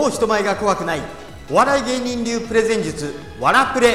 う人前が怖くないお笑い芸人流プレゼン術わらプレ。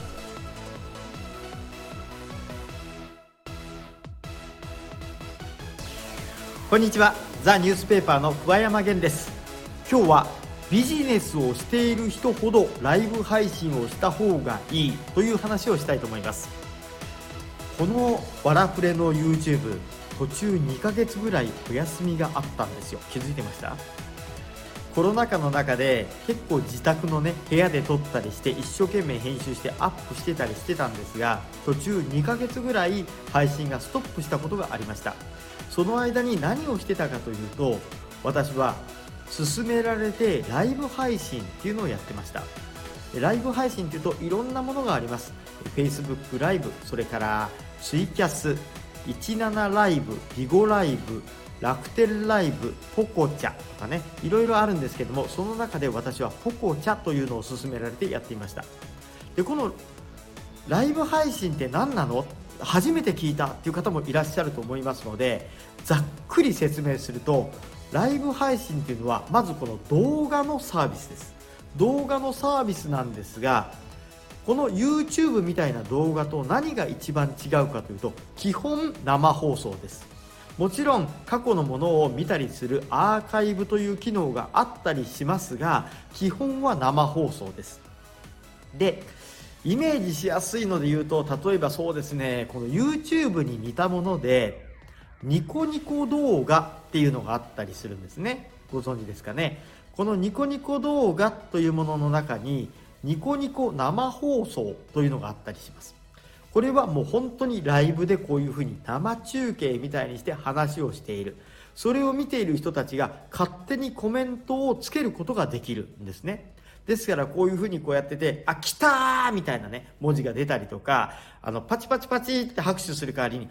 こんにちは、ザ・ニュースペーパーの桑山源です。今日はビジネスをしている人ほどライブ配信をした方がいいという話をしたいと思います。このわらプレの YouTube 途中2ヶ月ぐらいお休みがあったんですよ。気づいてました？コロナ禍の中で結構自宅の部屋で撮ったりして一生懸命編集してアップしてたりしてたんですが、途中2ヶ月ぐらい配信がストップしたことがありました。その間に何をしてたかというと、私は勧められてライブ配信っていうのをやってました。ライブ配信っていうといろんなものがあります。 Facebook ライブ、それからツイキャス、17ライブ、ビゴライブ、楽天ライブ、ポコチャとかいろいろあるんですけども、その中で私はポコチャというのを勧められてやっていました。で、このライブ配信って何なの？初めて聞いたっていう方もいらっしゃると思いますので、ざっくり説明すると、ライブ配信っていうのはまずこの動画のサービスです。動画のサービスなんですが、この YouTube みたいな動画と何が一番違うかというと、基本生放送です。もちろん過去のものを見たりするアーカイブという機能があったりしますが、基本は生放送です。で、イメージしやすいので言うと、例えばそうですね、この YouTube に似たものでニコニコ動画っていうのがあったりするんですね。ご存知ですかね。このニコニコ動画というものの中にニコニコ生放送というのがあったりします。これはもう本当にライブでこういうふうに生中継みたいにして話をしている。それを見ている人たちが勝手にコメントをつけることができるんですね。ですからこういうふうにこうやってて、あ、来たーみたいな文字が出たりとか、パチパチパチって拍手する代わりに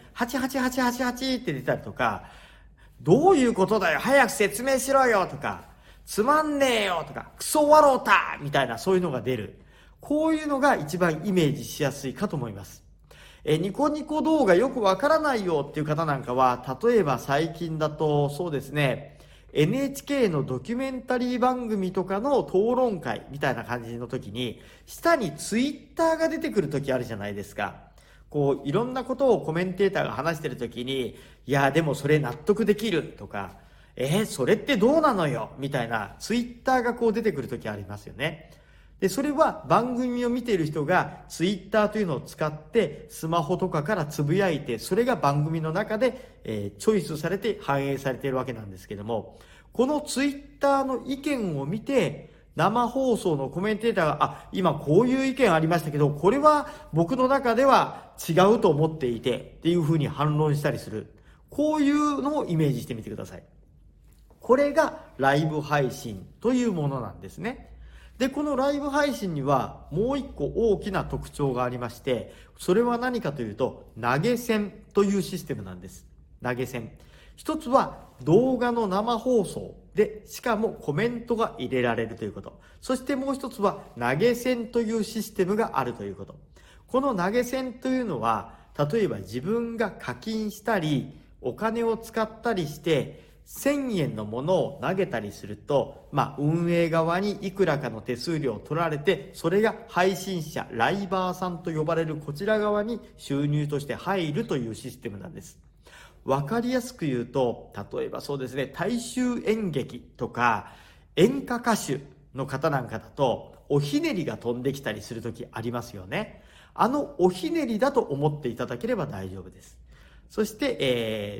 8888って出たりとか、どういうことだよ、早く説明しろよとか、つまんねえよとか、クソ笑うたみたいな、そういうのが出る。こういうのが一番イメージしやすいかと思います。ニコニコ動画よくわからないよっていう方なんかは、例えば最近だとそうですね、NHK のドキュメンタリー番組とかの討論会みたいな感じの時に、下にツイッターが出てくる時あるじゃないですか。こういろんなことをコメンテーターが話してる時に、いやでもそれ納得できるとか、それってどうなのよみたいなツイッターがこう出てくる時ありますよね。で、それは番組を見ている人がツイッターというのを使ってスマホとかからつぶやいて、それが番組の中で、チョイスされて反映されているわけなんですけども、このツイッターの意見を見て生放送のコメンテーターが、今こういう意見ありましたけど、これは僕の中では違うと思っていてっていうふうに反論したりする。こういうのをイメージしてみてください。これがライブ配信というものなんですね。で、このライブ配信にはもう一個大きな特徴がありまして、それは何かというと、投げ銭というシステムなんです。投げ銭。一つは動画の生放送で、しかもコメントが入れられるということ。そしてもう一つは投げ銭というシステムがあるということ。この投げ銭というのは、例えば自分が課金したり、お金を使ったりして、1000円のものを投げたりすると、運営側にいくらかの手数料を取られて、それが配信者、ライバーさんと呼ばれるこちら側に収入として入るというシステムなんです。わかりやすく言うと、例えばそうですね、大衆演劇とか演歌歌手の方なんかだと、おひねりが飛んできたりするときありますよね。おひねりだと思っていただければ大丈夫です。そして、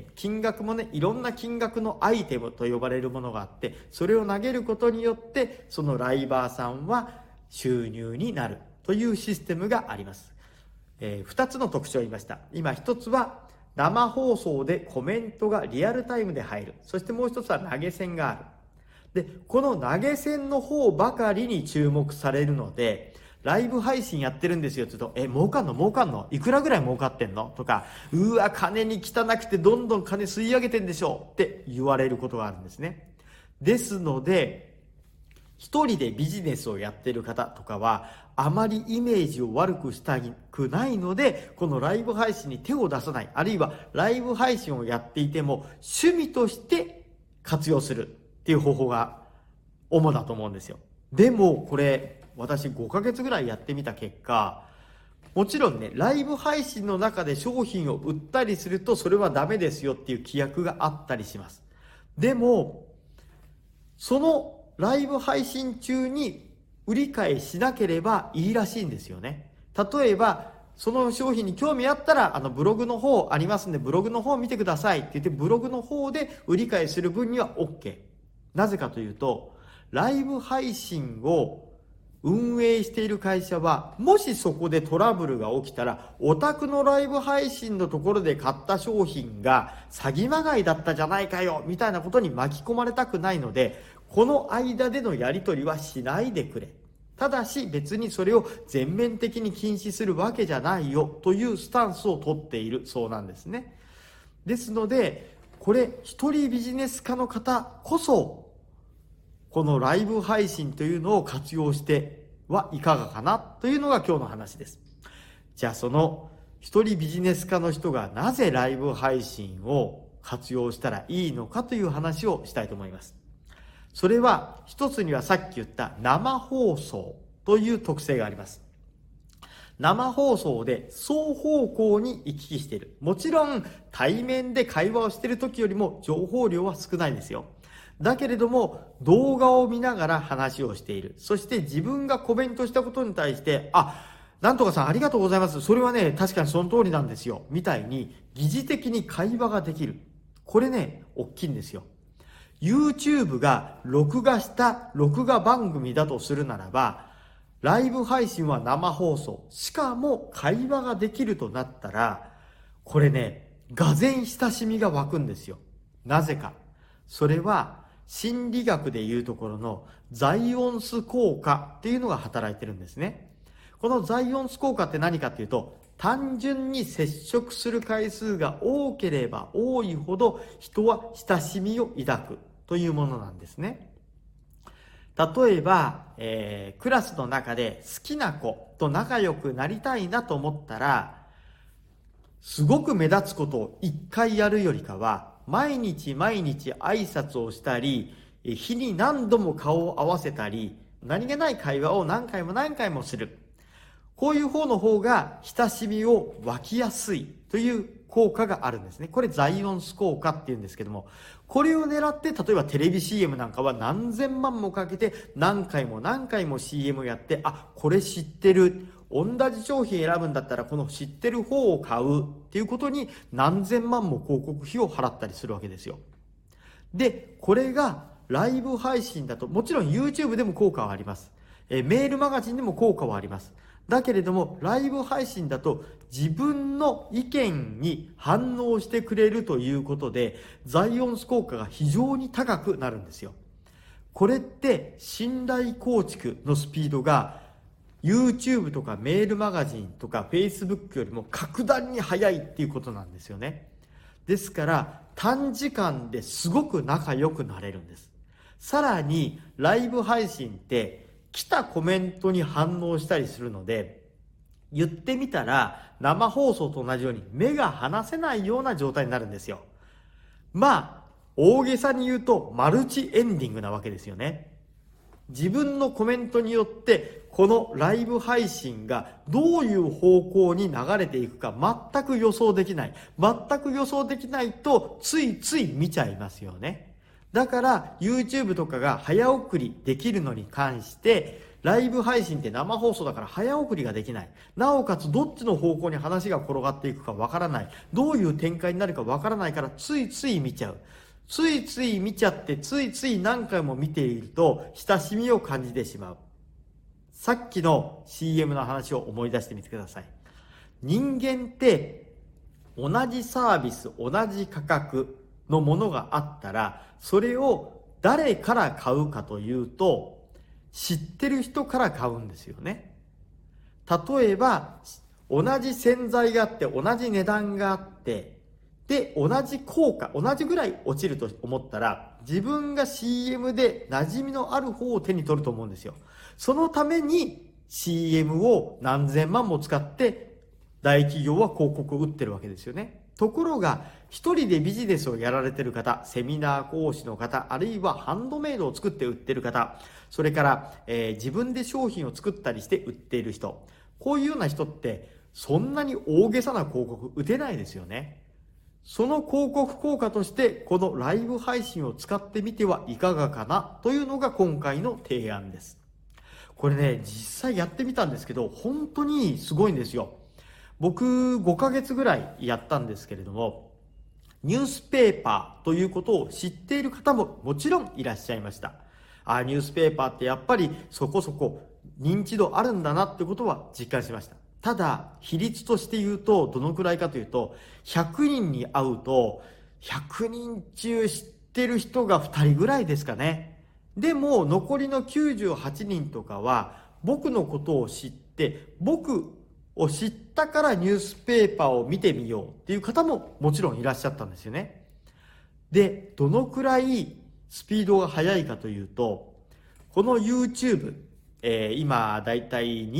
金額もいろんな金額のアイテムと呼ばれるものがあって、それを投げることによってそのライバーさんは収入になるというシステムがあります。2つの特徴を言いました。今1つは生放送でコメントがリアルタイムで入る。そしてもう1つは投げ銭がある。で、この投げ銭の方ばかりに注目されるので、ライブ配信やってるんですよって言うと、儲かんのいくらぐらい儲かってんのとか、うわ、金に汚くてどんどん金吸い上げてんでしょって言われることがあるんですね。ですので、一人でビジネスをやってる方とかは、あまりイメージを悪くしたくないので、このライブ配信に手を出さない、あるいはライブ配信をやっていても趣味として活用するっていう方法が主だと思うんですよ。でもこれ私5ヶ月ぐらいやってみた結果、もちろんね、ライブ配信の中で商品を売ったりするとそれはダメですよっていう規約があったりします。でもそのライブ配信中に売り買いしなければいいらしいんですよね。例えばその商品に興味あったらブログの方ありますんでブログの方見てくださいって言ってブログの方で売り買いする分には OK。 なぜかというとライブ配信を運営している会社はもしそこでトラブルが起きたらお宅のライブ配信のところで買った商品が詐欺まがいだったじゃないかよみたいなことに巻き込まれたくないので、この間でのやり取りはしないでくれ。ただし別にそれを全面的に禁止するわけじゃないよというスタンスを取っているそうなんですね。ですのでこれ一人ビジネス家の方こそこのライブ配信というのを活用してはいかがかなというのが今日の話です。じゃあその一人ビジネス家の人がなぜライブ配信を活用したらいいのかという話をしたいと思います。それは一つにはさっき言った生放送という特性があります。生放送で双方向に行き来している。もちろん対面で会話をしている時よりも情報量は少ないですよ。だけれども動画を見ながら話をしている。そして自分がコメントしたことに対してなんとかさんありがとうございます。それはね確かにその通りなんですよみたいに疑似的に会話ができる。これね大きいんですよ。YouTube が録画した録画番組だとするならばライブ配信は生放送しかも会話ができるとなったらこれね俄然親しみが湧くんですよ。なぜかそれは心理学でいうところのザイオンス効果っていうのが働いてるんですね。このザイオンス効果って何かっていうと単純に接触する回数が多ければ多いほど人は親しみを抱くというものなんですね。例えば、クラスの中で好きな子と仲良くなりたいなと思ったらすごく目立つことを一回やるよりかは毎日挨拶をしたり日に何度も顔を合わせたり何気ない会話を何回もする。こういう方の方が親しみを湧きやすいという効果があるんですね。これザイオンス効果っていうんですけども、これを狙って例えばテレビ CM なんかは何千万もかけて何回も CM をやってこれ知ってる、同じ商品選ぶんだったらこの知ってる方を買うっていうことに何千万も広告費を払ったりするわけですよ。でこれがライブ配信だともちろん YouTube でも効果はあります。メールマガジンでも効果はあります。だけれどもライブ配信だと自分の意見に反応してくれるということでザイオンス効果が非常に高くなるんですよ。これって信頼構築のスピードが YouTube とかメールマガジンとか Facebook よりも格段に速いっていうことなんですよね。ですから短時間ですごく仲良くなれるんです。さらにライブ配信って来たコメントに反応したりするので言ってみたら生放送と同じように目が離せないような状態になるんですよ。大げさに言うとマルチエンディングなわけですよね。自分のコメントによってこのライブ配信がどういう方向に流れていくか全く予想できないとついつい見ちゃいますよね。だから YouTube とかが早送りできるのに関してライブ配信って生放送だから早送りができない。なおかつどっちの方向に話が転がっていくかわからない。どういう展開になるかわからないからついつい見ちゃう。ついつい見ちゃってついつい何回も見ていると親しみを感じてしまう。さっきの CM の話を思い出してみてください。人間って同じサービス同じ価格のものがあったらそれを誰から買うかというと知ってる人から買うんですよね。例えば同じ洗剤があって同じ値段があってで同じ効果同じぐらい落ちると思ったら自分が CM で馴染みのある方を手に取ると思うんですよ。そのために CM を何千万も使って大企業は広告を打ってるわけですよね。 ところが一人でビジネスをやられている方、セミナー講師の方、あるいはハンドメイドを作って売ってる方、それから、自分で商品を作ったりして売っている人、こういうような人ってそんなに大げさな広告打てないですよね。その広告効果としてこのライブ配信を使ってみてはいかがかなというのが今回の提案です。これね、実際やってみたんですけど、本当にすごいんですよ。僕5ヶ月ぐらいやったんですけれども、ニュースペーパーということを知っている方ももちろんいらっしゃいました。ニュースペーパーってやっぱりそこそこ認知度あるんだなってことは実感しました。ただ比率として言うとどのくらいかというと、100人に会うと100人中知ってる人が2人ぐらいですかね。でも残りの98人とかは僕のことを知って、僕を知ったからニュースペーパーを見てみようっていう方ももちろんいらっしゃったんですよね。で、どのくらいスピードが速いかというと、この YouTube、今だいたい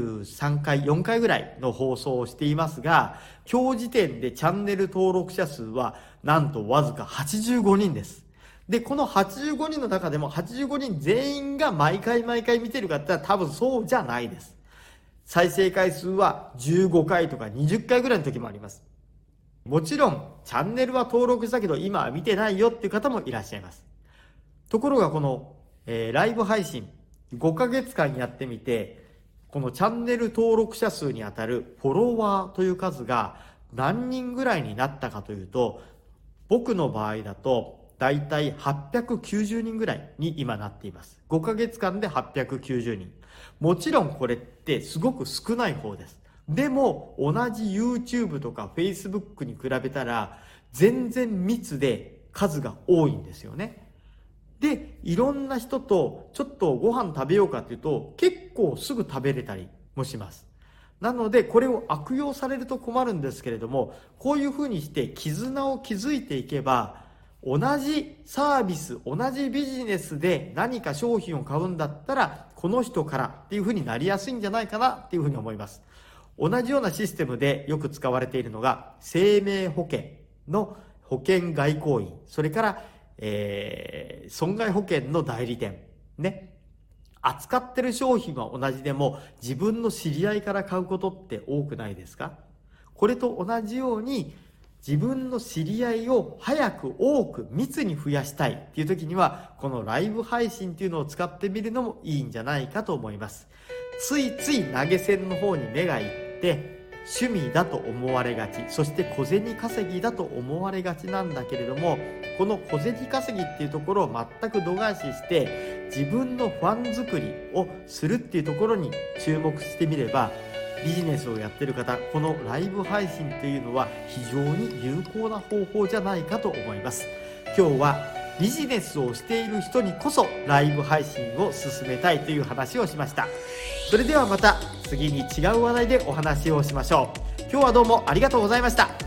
23回、4回ぐらいの放送をしていますが、今日時点でチャンネル登録者数はなんとわずか85人です。で、この85人の中でも85人全員が毎回見てるかって言ったら多分そうじゃないです。再生回数は15回とか20回ぐらいの時もあります。もちろんチャンネルは登録したけど今は見てないよっていう方もいらっしゃいます。ところがこの、ライブ配信5ヶ月間やってみて、このチャンネル登録者数にあたるフォロワーという数が何人ぐらいになったかというと、僕の場合だとだいたい890人ぐらいに今なっています。5ヶ月間で890人。もちろんこれってすごく少ない方です。でも同じ YouTube とか Facebook に比べたら全然密で数が多いんですよね。で、いろんな人とちょっとご飯食べようかっていうと結構すぐ食べれたりもします。なのでこれを悪用されると困るんですけれども、こういうふうにして絆を築いていけば、同じサービス、同じビジネスで何か商品を買うんだったらこの人からっていうふうになりやすいんじゃないかなっていうふうに思います。同じようなシステムでよく使われているのが生命保険の保険外交員、それから、損害保険の代理店ね。扱ってる商品は同じでも自分の知り合いから買うことって多くないですか？これと同じように自分の知り合いを早く多く密に増やしたいっていう時にはこのライブ配信っていうのを使ってみるのもいいんじゃないかと思います。ついつい投げ銭の方に目がいって趣味だと思われがち、そして小銭稼ぎだと思われがちなんだけれども、この小銭稼ぎっていうところを全く度外視して自分のファン作りをするっていうところに注目してみれば、ビジネスをやっている方、このライブ配信というのは非常に有効な方法じゃないかと思います。今日はビジネスをしている人にこそライブ配信を進めたいという話をしました。それではまた次に違う話題でお話をしましょう。今日はどうもありがとうございました。